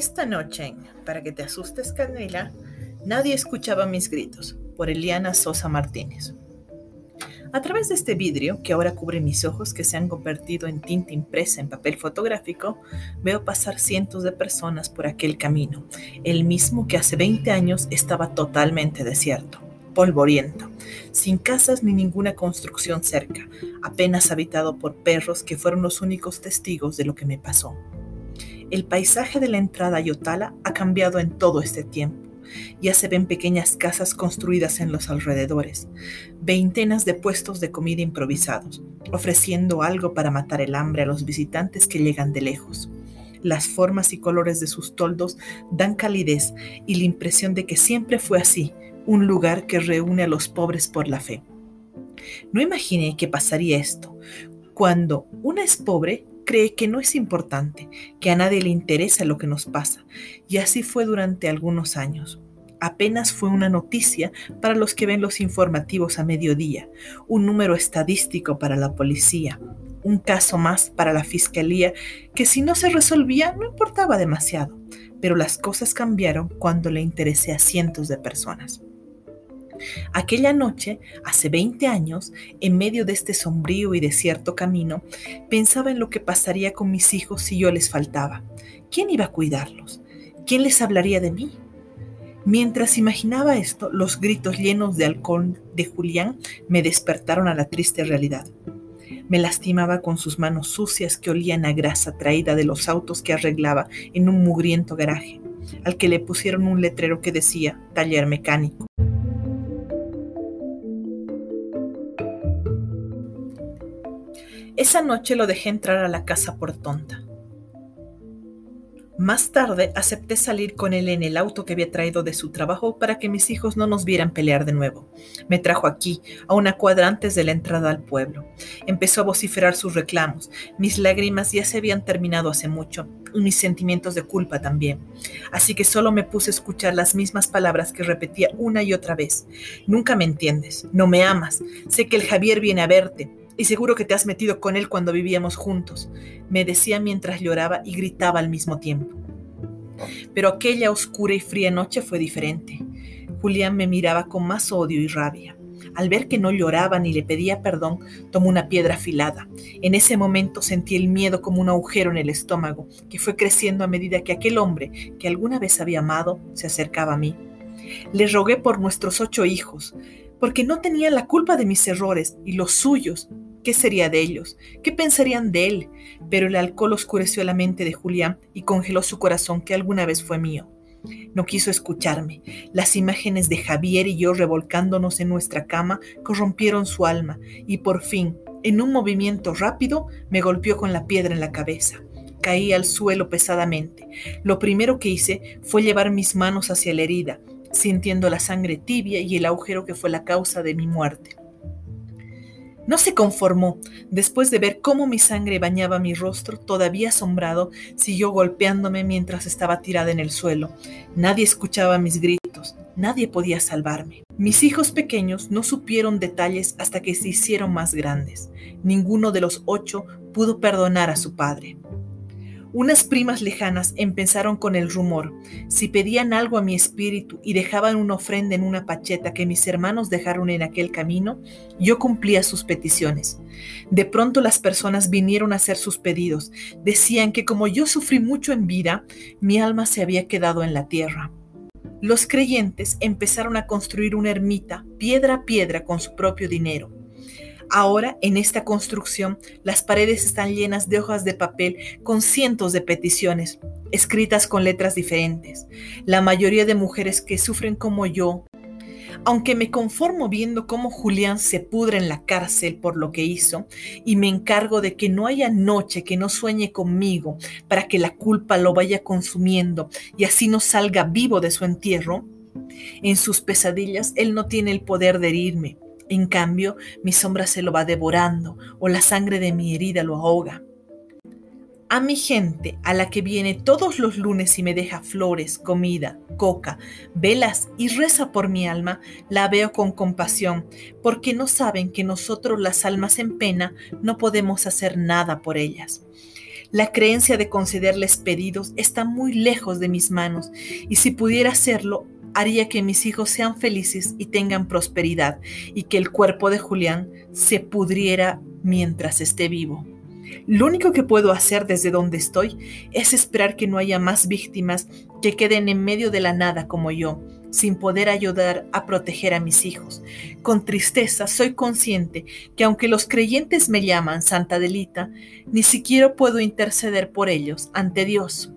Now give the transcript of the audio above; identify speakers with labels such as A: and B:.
A: Esta noche, para que te asustes, Canela, nadie escuchaba mis gritos, por Eliana Sosa Martínez. A través de este vidrio, que ahora cubre mis ojos que se han convertido en tinta impresa en papel fotográfico, veo pasar cientos de personas por aquel camino, el mismo que hace 20 años estaba totalmente desierto, polvoriento, sin casas ni ninguna construcción cerca, apenas habitado por perros que fueron los únicos testigos de lo que me pasó. El paisaje de la entrada a Yotala ha cambiado en todo este tiempo. Ya se ven pequeñas casas construidas en los alrededores, veintenas de puestos de comida improvisados, ofreciendo algo para matar el hambre a los visitantes que llegan de lejos. Las formas y colores de sus toldos dan calidez y la impresión de que siempre fue así, un lugar que reúne a los pobres por la fe. No imaginé que pasaría esto. Cuando una es pobre, cree que no es importante, que a nadie le interesa lo que nos pasa, y así fue durante algunos años. Apenas fue una noticia para los que ven los informativos a mediodía, un número estadístico para la policía, un caso más para la fiscalía que si no se resolvía no importaba demasiado, pero las cosas cambiaron cuando le interesé a cientos de personas. Aquella noche, hace 20 años, en medio de este sombrío y desierto camino, pensaba en lo que pasaría con mis hijos si yo les faltaba. ¿Quién iba a cuidarlos? ¿Quién les hablaría de mí? Mientras imaginaba esto, los gritos llenos de alcohol de Julián me despertaron a la triste realidad. Me lastimaba con sus manos sucias que olían a grasa traída de los autos que arreglaba en un mugriento garaje, al que le pusieron un letrero que decía taller mecánico. Esa noche lo dejé entrar a la casa por tonta. Más tarde acepté salir con él en el auto que había traído de su trabajo para que mis hijos no nos vieran pelear de nuevo. Me trajo aquí, a una cuadra antes de la entrada al pueblo. Empezó a vociferar sus reclamos. Mis lágrimas ya se habían terminado hace mucho, y mis sentimientos de culpa también. Así que solo me puse a escuchar las mismas palabras que repetía una y otra vez. Nunca me entiendes, no me amas, sé que el Javier viene a verte. Y seguro que te has metido con él cuando vivíamos juntos, me decía mientras lloraba y gritaba al mismo tiempo. Pero aquella oscura y fría noche fue diferente. Julián me miraba con más odio y rabia. Al ver que no lloraba ni le pedía perdón, tomó una piedra afilada. En ese momento sentí el miedo como un agujero en el estómago, que fue creciendo a medida que aquel hombre, que alguna vez había amado, se acercaba a mí. Le rogué por nuestros 8 hijos, porque no tenían la culpa de mis errores y los suyos. ¿Qué sería de ellos? ¿Qué pensarían de él? Pero el alcohol oscureció la mente de Julián y congeló su corazón que alguna vez fue mío. No quiso escucharme. Las imágenes de Javier y yo revolcándonos en nuestra cama corrompieron su alma y por fin, en un movimiento rápido, me golpeó con la piedra en la cabeza. Caí al suelo pesadamente. Lo primero que hice fue llevar mis manos hacia la herida, sintiendo la sangre tibia y el agujero que fue la causa de mi muerte. No se conformó. Después de ver cómo mi sangre bañaba mi rostro, todavía asombrado, siguió golpeándome mientras estaba tirada en el suelo. Nadie escuchaba mis gritos, nadie podía salvarme. Mis hijos pequeños no supieron detalles hasta que se hicieron más grandes. Ninguno de los 8 pudo perdonar a su padre. Unas primas lejanas empezaron con el rumor. Si pedían algo a mi espíritu y dejaban una ofrenda en una pacheta que mis hermanos dejaron en aquel camino, yo cumplía sus peticiones. De pronto las personas vinieron a hacer sus pedidos. Decían que como yo sufrí mucho en vida, mi alma se había quedado en la tierra. Los creyentes empezaron a construir una ermita, piedra a piedra, con su propio dinero. Ahora, en esta construcción, las paredes están llenas de hojas de papel con cientos de peticiones, escritas con letras diferentes. La mayoría de mujeres que sufren como yo, aunque me conformo viendo cómo Julián se pudre en la cárcel por lo que hizo, y me encargo de que no haya noche que no sueñe conmigo para que la culpa lo vaya consumiendo y así no salga vivo de su entierro, en sus pesadillas él no tiene el poder de herirme. En cambio, mi sombra se lo va devorando o la sangre de mi herida lo ahoga. A mi gente, a la que viene todos los lunes y me deja flores, comida, coca, velas y reza por mi alma, la veo con compasión, porque no saben que nosotros, las almas en pena, no podemos hacer nada por ellas. La creencia de concederles pedidos está muy lejos de mis manos, y si pudiera hacerlo, haría que mis hijos sean felices y tengan prosperidad, y que el cuerpo de Julián se pudriera mientras esté vivo. Lo único que puedo hacer desde donde estoy es esperar que no haya más víctimas que queden en medio de la nada como yo, sin poder ayudar a proteger a mis hijos. Con tristeza soy consciente que aunque los creyentes me llaman Santa Adelita, ni siquiera puedo interceder por ellos ante Dios.